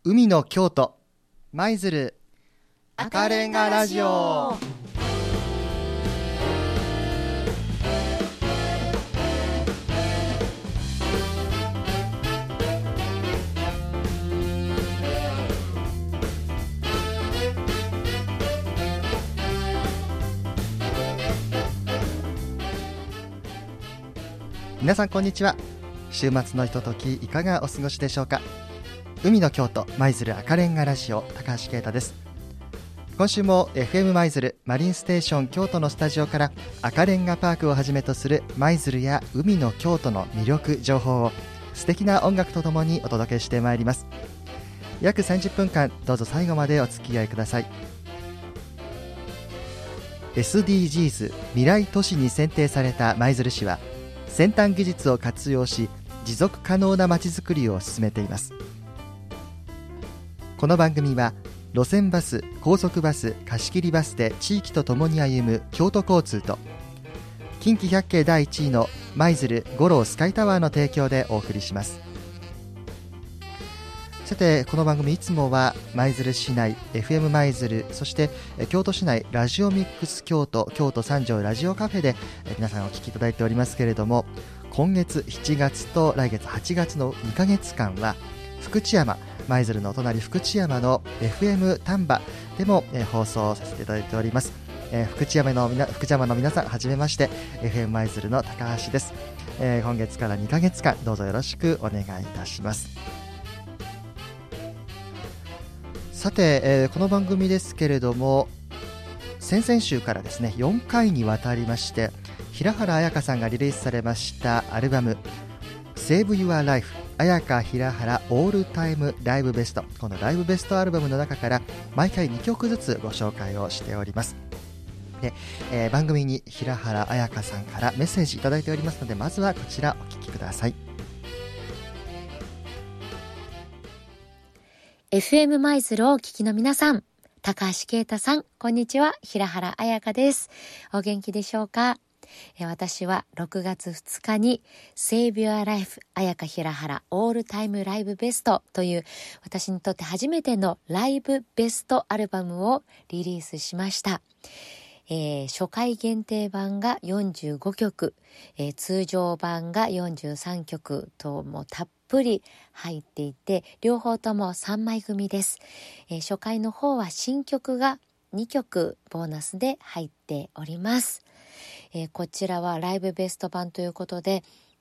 海の京都舞鶴赤レンガラジオ。皆さんこんにちは。週末のひとときいかがお過ごしでしょうか。海の京都舞鶴赤レンガラジオ、高橋啓太です。今週も FM 舞鶴マリンステーション京都のスタジオから赤レンガパークをはじめとする舞鶴や海の京都の魅力情報を素敵な音楽とともにお届けしてまいります。約30分間どうぞ最後までお付き合いください。 SDGs 未来都市に選定された舞鶴市は先端技術を活用し持続可能なまちづくりを進めています。この番組は路線バス、高速バス、貸切バスで地域とともに歩む京都交通と近畿百景第1位の舞鶴五郎スカイタワーの提供でお送りします。さてこの番組いつもは舞鶴市内 FM 舞鶴、そして京都市内ラジオミックス京都、京都三条ラジオカフェで皆さんお聞きいただいておりますけれども、今月7月と来月8月の2ヶ月間は福知山、舞鶴のお隣福知山の FM 丹波でも放送させていただいております。福知山の皆さんはじめまして、 FM 舞鶴の高橋です。今月から2ヶ月間どうぞよろしくお願いいたします。さて、この番組ですけれども先々週からですね4回にわたりまして平原綾香さんがリリースされましたアルバム Save Your Life 綾香平原オールタイムライブベスト、このライブベストアルバムの中から毎回2曲ずつご紹介をしております。で、番組に平原綾香さんからメッセージいただいておりますので、まずはこちらお聞きください。 FM 舞鶴をお聞きの皆さん、高橋啓太さん、こんにちは。平原綾香です。お元気でしょうか。私は6月2日に Save Your Life 綾香平原オールタイムライブベストという私にとって初めてのライブベストアルバムをリリースしました。初回限定版が45曲、通常版が43曲ともたっぷり入っていて、両方とも3枚組です。初回の方は新曲が2曲ボーナスで入っております。こちらはライブベスト版ということで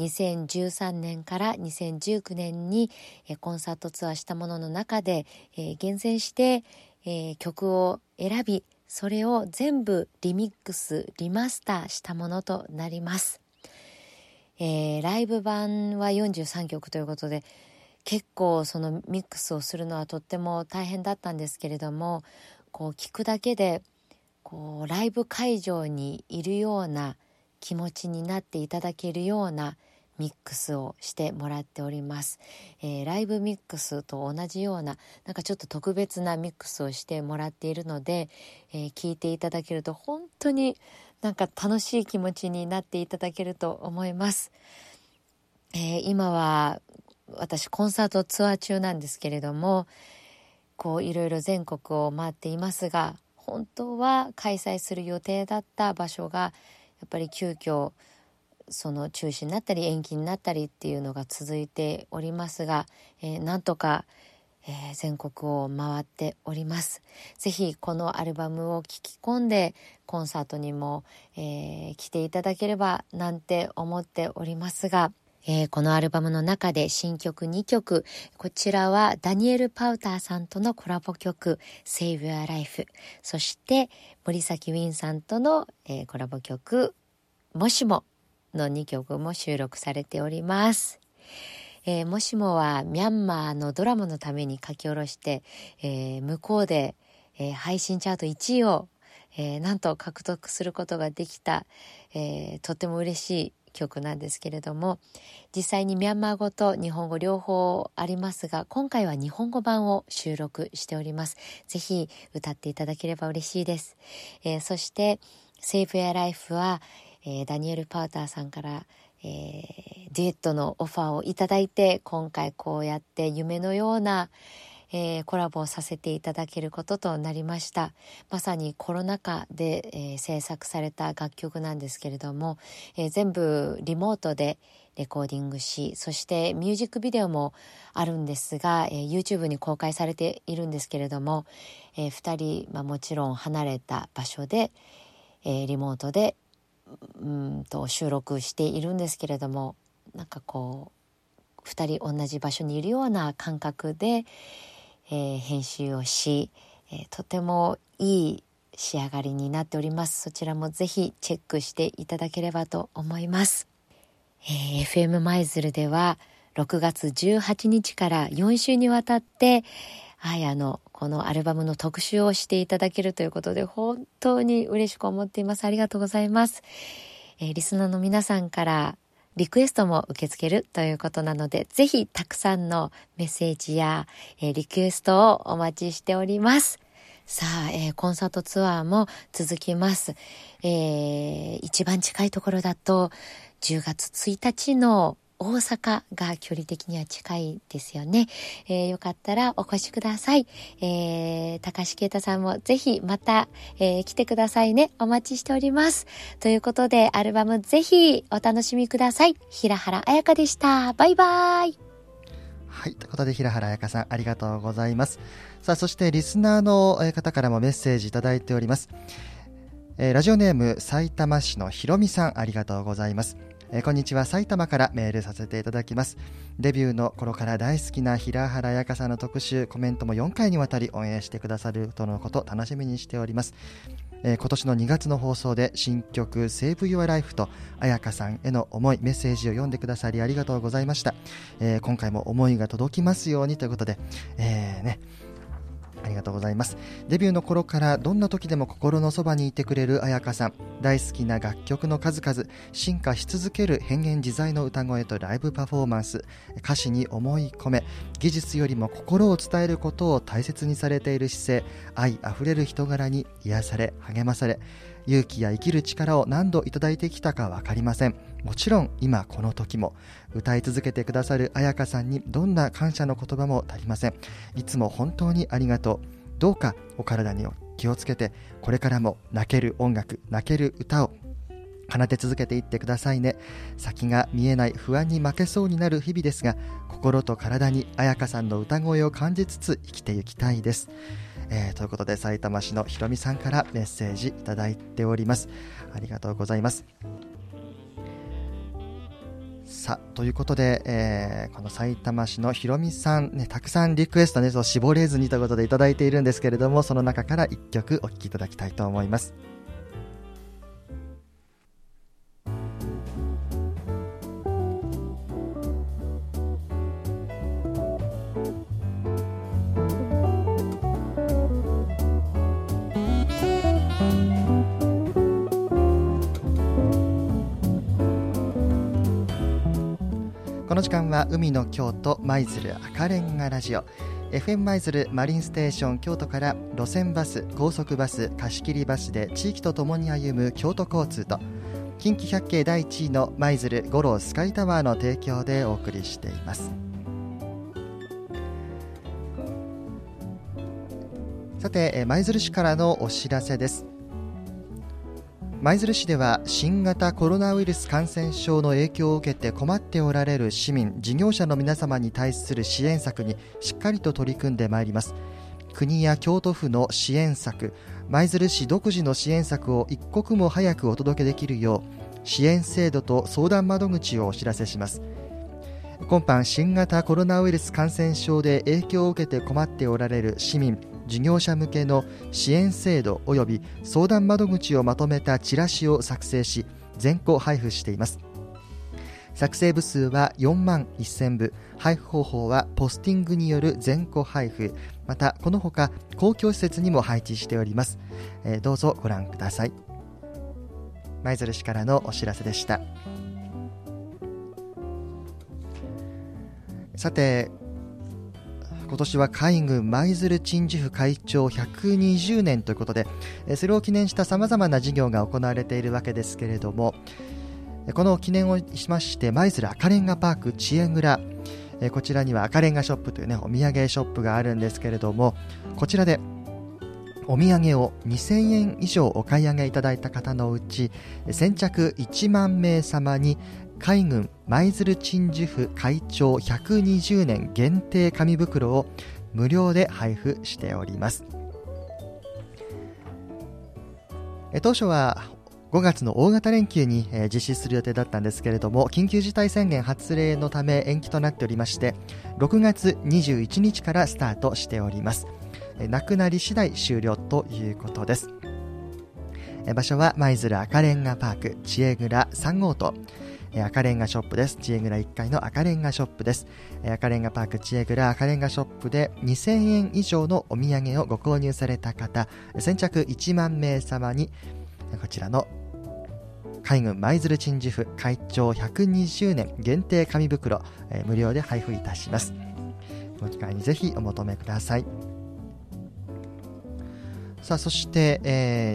2013年から2019年にコンサートツアーしたものの中で厳選して曲を選び、それを全部リミックスリマスターしたものとなります。ライブ版は43曲ということで結構そのミックスをするのはとっても大変だったんですけれども、こう聞くだけでこうライブ会場にいるような気持ちになっていただけるようなミックスをしてもらっております。ライブミックスと同じようななんかちょっと特別なミックスをしてもらっているので、聞いていただけると本当になんか楽しい気持ちになっていただけると思います。今は私コンサートツアー中なんですけれども、こういろいろ全国を回っていますが、本当は開催する予定だった場所がやっぱり急遽その中止になったり延期になったりっていうのが続いておりますが、なんとか、全国を回っております。ぜひこのアルバムを聴き込んでコンサートにも、来ていただければなんて思っておりますが、このアルバムの中で新曲2曲、こちらはダニエル・パウターさんとのコラボ曲 Save Your Life、 そして森崎ウィンさんとの、コラボ曲もしもの2曲も収録されております。もしもはミャンマーのドラマのために書き下ろして、向こうで、配信チャート1位を、なんと獲得することができた、とっても嬉しい曲なんですけれども、実際にミャンマー語と日本語両方ありますが、今回は日本語版を収録しております。ぜひ歌っていただければ嬉しいです。そしてSave Your Lifeは、ダニエル・パウターさんから、デュエットのオファーをいただいて、今回こうやって夢のような、 コラボをさせていただけることとなりました。まさにコロナ禍で、制作された楽曲なんですけれども、全部リモートでレコーディングし、そしてミュージックビデオもあるんですが、YouTube に公開されているんですけれども、2人、もちろん離れた場所で、リモートで収録しているんですけれども、なんかこう2人同じ場所にいるような感覚で、編集をし、とてもいい仕上がりになっております。そちらもぜひチェックしていただければと思います。FM 舞鶴では6月18日から4週にわたってこのアルバムの特集をしていただけるということで、本当に嬉しく思っています。ありがとうございます。リスナーの皆さんからリクエストも受け付けるということなので、ぜひたくさんのメッセージや、リクエストをお待ちしております。さあ、コンサートツアーも続きます。一番近いところだと10月1日の大阪が距離的には近いですよね。よかったらお越しください。高橋啓太さんもぜひまた、来てくださいね。お待ちしております。ということで、アルバムぜひお楽しみください。平原綾香でした。バイバイ。 はい、ということで平原綾香さんありがとうございます。さあ、そしてリスナーの方からもメッセージいただいております。ラジオネーム埼玉市のひろみさん、ありがとうございます。こんにちは、埼玉からメールさせていただきます。デビューの頃から大好きな平原綾香さんの特集、コメントも4回にわたり応援してくださるとのこと、楽しみにしております。今年の2月の放送で新曲 Save Your Life と綾香さんへの思い、メッセージを読んでくださりありがとうございました。今回も思いが届きますようにということで、ありがとうございます。デビューの頃からどんな時でも心のそばにいてくれる綾香さん、大好きな楽曲の数々、進化し続ける変幻自在の歌声とライブパフォーマンス、歌詞に思い込め、技術よりも心を伝えることを大切にされている姿勢、愛あふれる人柄に癒され励まされ、勇気や生きる力を何度いただいてきたか分かりません。もちろん今この時も歌い続けてくださる綾香さんにどんな感謝の言葉も足りません。いつも本当にありがとう。どうかお体に気をつけて、これからも泣ける音楽、泣ける歌を奏で続けていってくださいね。先が見えない不安に負けそうになる日々ですが、心と体に綾香さんの歌声を感じつつ生きていきたいです。ということで、埼玉市のひろみさんからメッセージいただいております。ありがとうございます。さあ、ということで、この埼玉市のひろみさん、たくさんリクエストね、絞れずにということでいただいているんですけれども、その中から1曲お聴きいただきたいと思います。この時間は海の京都舞鶴赤レンガラジオ FM 舞鶴マリンステーション京都から路線バス、高速バス、貸切バスで地域とともに歩む京都交通と、近畿百景第1位の舞鶴五郎スカイタワーの提供でお送りしています。さて、舞鶴市からのお知らせです。舞鶴市では新型コロナウイルス感染症の影響を受けて困っておられる市民、事業者の皆様に対する支援策にしっかりと取り組んでまいります。国や京都府の支援策、舞鶴市独自の支援策を一刻も早くお届けできるよう、支援制度と相談窓口をお知らせします。今般新型コロナウイルス感染症で影響を受けて困っておられる市民、事業者向けの支援制度及び相談窓口をまとめたチラシを作成し、全個配布しています。作成部数は4万1000部、配布方法はポスティングによる全個配布、またこのほか公共施設にも配置しております。どうぞご覧ください。舞鶴市からのお知らせでした。さて、今年は海軍舞鶴鎮守府会長120年ということで、それを記念したさまざまな事業が行われているわけですけれども、この記念をしまして舞鶴赤レンガパーク知恵蔵、 こちらには赤レンガショップというね、お土産ショップがあるんですけれども、こちらでお土産を2000円以上お買い上げいただいた方のうち、先着1万名様に海軍舞鶴鎮守府会長120年限定紙袋を無料で配布しております。当初は5月の大型連休に実施する予定だったんですけれども、緊急事態宣言発令のため延期となっておりまして、6月21日からスタートしております。なくなり次第終了ということです。場所は舞鶴赤レンガパーク知恵蔵3号棟、赤レンガショップです。知恵蔵1階の赤レンガショップです。赤レンガパーク知恵蔵赤レンガショップで2000円以上のお土産をご購入された方、先着1万名様にこちらの海軍舞鶴鎮守府会長120年限定紙袋、無料で配布いたします。この機会にぜひお求めください。さあ、そして、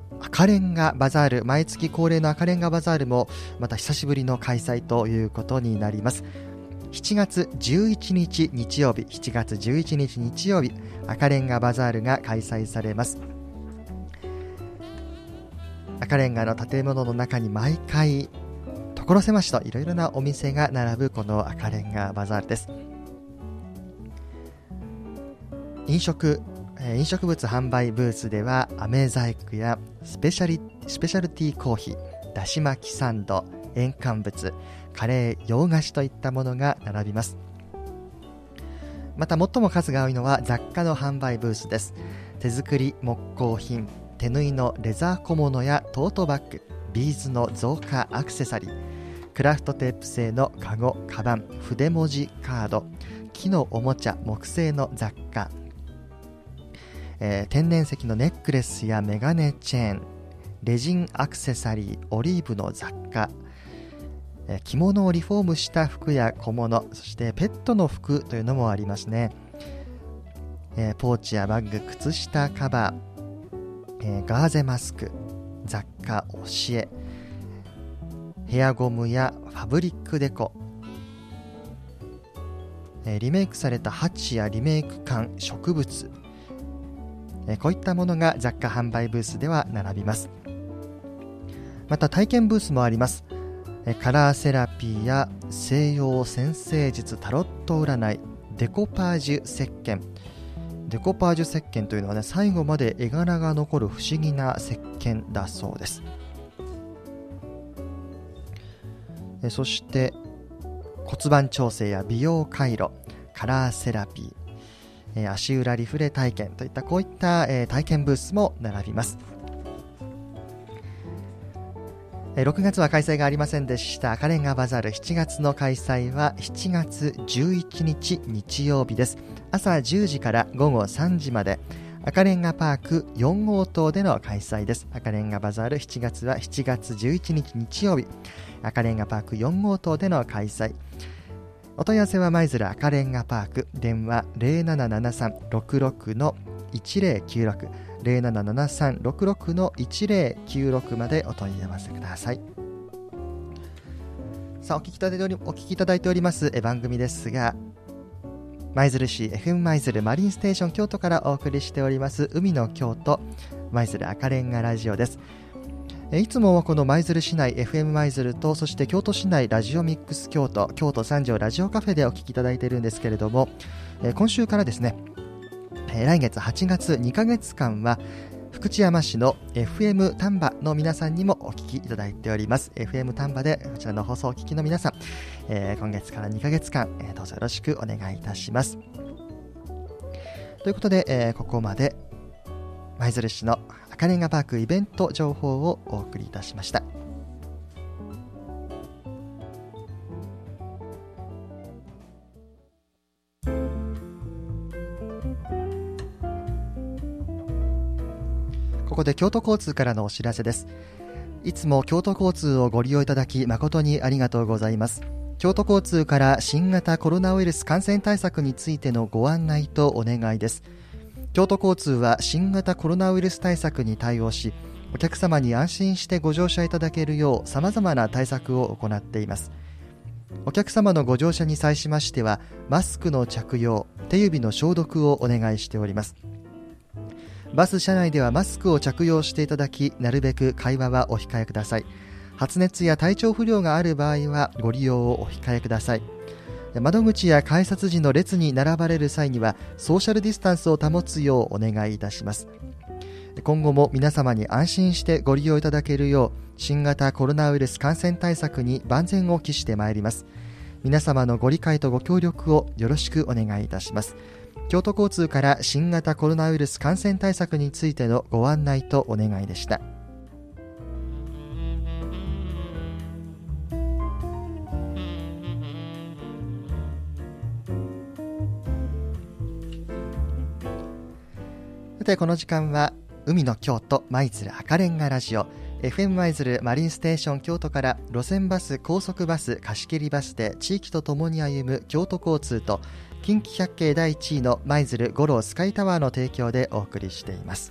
赤レンガバザール、毎月恒例の赤レンガバザールもまた久しぶりの開催ということになります。7月11日日曜日、7月11日日曜日、赤レンガバザールが開催されます。赤レンガの建物の中に毎回所狭しといろいろなお店が並ぶこの赤レンガバザールです。飲食物販売ブースでは飴細工やスペシャルティーコーヒー、だし巻きサンド、塩乾物、カレー、洋菓子といったものが並びます。また最も数が多いのは雑貨の販売ブースです。手作り木工品、手縫いのレザー小物やトートバッグ、ビーズの造花アクセサリー、クラフトテープ製のカゴ、カバン、筆文字カード、木のおもちゃ、木製の雑貨、天然石のネックレスやメガネチェーン、レジンアクセサリー、オリーブの雑貨、着物をリフォームした服や小物、そしてペットの服というのもありますね。ポーチやバッグ、靴下カバー、ガーゼマスク、雑貨、押絵、ヘアゴムやファブリックデコ、リメイクされた鉢やリメイク缶、植物、こういったものが雑貨販売ブースでは並びます。また体験ブースもあります。カラーセラピーや西洋占星術、タロット占い、デコパージュ石鹸。デコパージュ石鹸というのはね、最後まで絵柄が残る不思議な石鹸だそうです。そして骨盤調整や美容回路、カラーセラピー、足裏リフレ体験といったこういった、体験ブースも並びます。6月は開催がありませんでした赤レンガバザール、7月の開催は7月11日日曜日です。朝10時から午後3時まで赤レンガパーク4号棟での開催です。赤レンガバザール7月は7月11日日曜日、赤レンガパーク4号棟での開催。お問い合わせは舞鶴赤レンガパーク、電話 0773-66-1096 0773-66-1096 までお問い合わせください。さあ、お聞きいただいております番組ですが、舞鶴市 FM 舞鶴マリンステーション京都からお送りしております海の京都舞鶴赤レンガラジオです。いつもこの舞鶴市内 FM 舞鶴と、そして京都市内ラジオミックス京都、京都三条ラジオカフェでお聞きいただいているんですけれども、今週からですね、来月8月2ヶ月間は福知山市の FM 丹波の皆さんにもお聞きいただいております。 FM 丹波でこちらの放送をお聞きの皆さん、今月から2ヶ月間、どうぞよろしくお願いいたします。ということで、ここまで舞鶴市の赤レンガパークイベント情報をお送りいたしました。ここで京都交通からのお知らせです。いつも京都交通をご利用いただき誠にありがとうございます。京都交通から新型コロナウイルス感染対策についてのご案内とお願いです。京都交通は新型コロナウイルス対策に対応し、お客様に安心してご乗車いただけるよう様々な対策を行っています。 お客様のご乗車に際しましては、マスクの着用、手指の消毒をお願いしております。バス車内ではマスクを着用していただき、なるべく会話はお控えください。発熱や体調不良がある場合はご利用をお控えください。窓口や改札時の列に並ばれる際にはソーシャルディスタンスを保つようお願いいたします。今後も皆様に安心してご利用いただけるよう、新型コロナウイルス感染対策に万全を期してまいります。皆様のご理解とご協力をよろしくお願いいたします。京都交通から新型コロナウイルス感染対策についてのご案内とお願いでした。さて、この時間は海の京都舞鶴赤レンガラジオ、 FM 舞鶴マリンステーション京都から路線バス、高速バス、貸し切りバスで地域とともに歩む京都交通と、近畿百景第1位の舞鶴五郎スカイタワーの提供でお送りしています。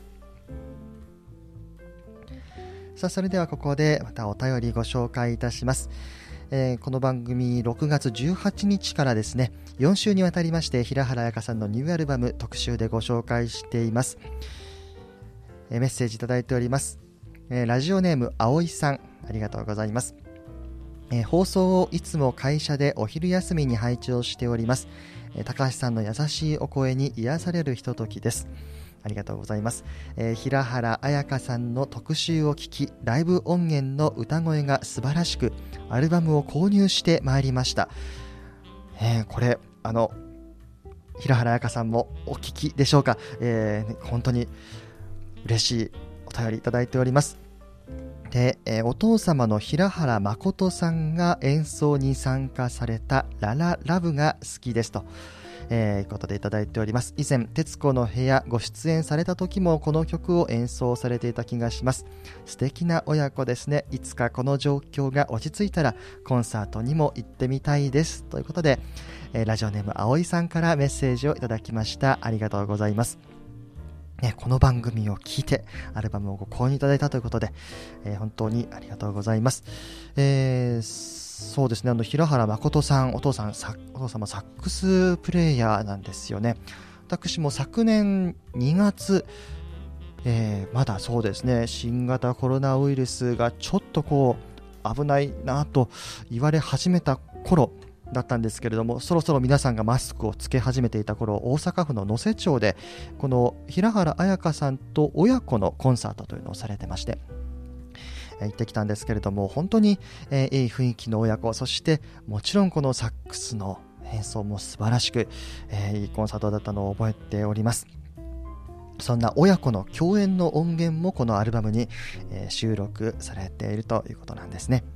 さあ、それではここでまたお便りご紹介いたします。この番組6月18日からですね、4週にわたりまして平原綾香さんのニューアルバム特集でご紹介しています。メッセージいただいております。ラジオネーム葵さん、ありがとうございます。放送をいつも会社でお昼休みに拝聴しております。高橋さんの優しいお声に癒されるひとときです。ありがとうございます。平原綾香さんの特集を聞き、ライブ音源の歌声が素晴らしく、アルバムを購入してまいりました。これ平原綾香さんもお聞きでしょうか。本当に嬉しいお便りいただいております。で、お父様の平原誠さんが演奏に参加されたラララブが好きですと、いうことでいただいております。以前徹子の部屋ご出演された時もこの曲を演奏されていた気がします。素敵な親子ですね。いつかこの状況が落ち着いたらコンサートにも行ってみたいですということで、ラジオネーム葵さんからメッセージをいただきました。ありがとうございます。この番組を聞いてアルバムをご購入いただいたということで、本当にありがとうございます。そうですね、平原誠さん、お父様サックスプレイヤーなんですよね。私も昨年2月、まだそうですね、新型コロナウイルスがちょっと危ないなと言われ始めた頃だったんですけれども、そろそろ皆さんがマスクをつけ始めていた頃、大阪府の能勢町でこの平原綾香さんと親子のコンサートというのをされてまして、行ってきたんですけれども、本当に、いい雰囲気の親子、そしてもちろんこのサックスの演奏も素晴らしく、いいコンサートだったのを覚えております。そんな親子の共演の音源もこのアルバムに、収録されているということなんですね。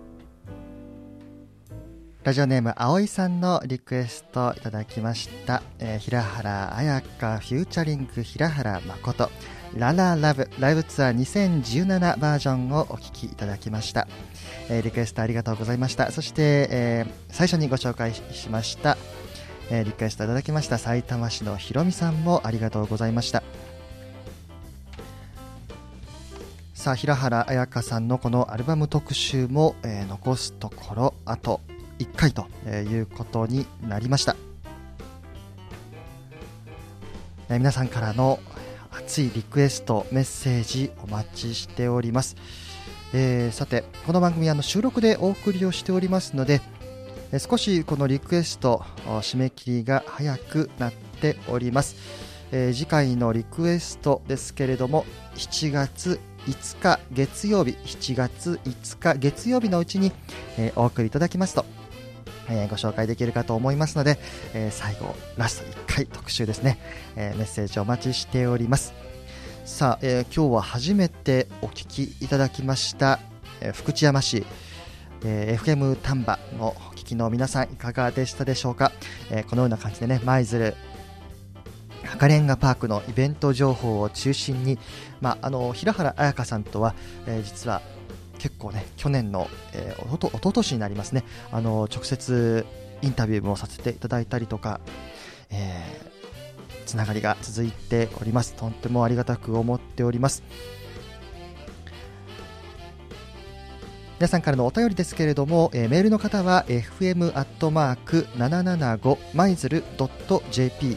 ラジオネーム葵さんのリクエストいただきました。平原綾香フューチャリング平原誠ラララブライブツアー2017バージョンをお聴きいただきました。リクエストありがとうございました。そして、最初にご紹介しました、リクエストいただきました埼玉市のひろみさんもありがとうございました。さあ、平原綾香さんのこのアルバム特集も、残すところあと1回ということになりました。皆さんからの熱いリクエストメッセージお待ちしております。さて、この番組収録でお送りをしておりますので、少しこのリクエスト締め切りが早くなっております。次回のリクエストですけれども、7月5日月曜日7月5日月曜日のうちに、お送りいただきますと、ご紹介できるかと思いますので、最後ラスト1回特集ですね、メッセージお待ちしております。さあ、今日は初めてお聞きいただきました、福知山市、FM 丹波のお聞きの皆さんいかがでしたでしょうか。このような感じでね、舞鶴赤レンガパークのイベント情報を中心に、平原綾香さんとは、実は結構ね、去年の、おととしになりますね、直接インタビューもさせていただいたりとか、つながりが続いております。とってもありがたく思っております。 皆さんからのお便りですけれども、メールの方は fm@775maizuru.jp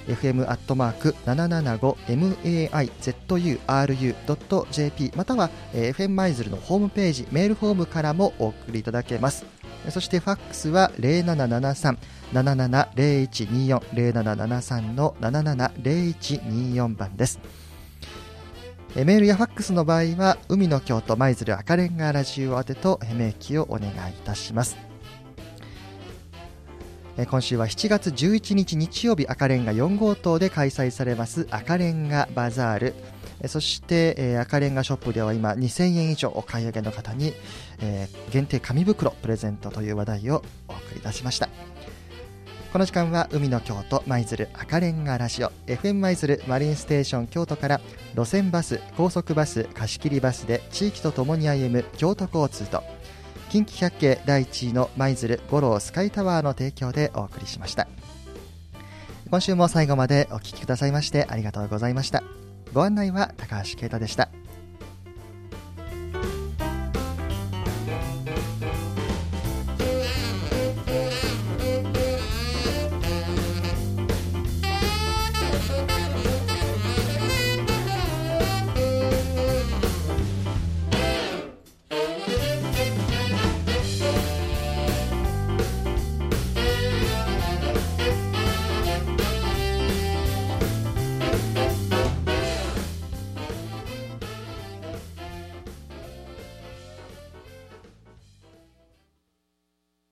fm@775maizuru.jp または、FM マイズルのホームページメールフォームからもお送りいただけます。そしてファックスは 0773-770124 0773-770124 番です。メールやファックスの場合は海の京都舞鶴赤レンガラジオ宛てと明記をお願いいたします。今週は7月11日日曜日、赤レンガ4号棟で開催されます赤レンガバザール、そして、赤レンガショップでは今2000円以上お買い上げの方に、限定紙袋プレゼントという話題をお送りいたしました。この時間は海の京都舞鶴赤レンガラジオ FM 舞鶴マリンステーション京都から路線バス、高速バス、貸し切りバスで地域とともに歩む京都交通と近畿百景第1位の舞鶴五郎スカイタワーの提供でお送りしました。今週も最後までお聞きくださいましてありがとうございました。ご案内は高橋啓太でした。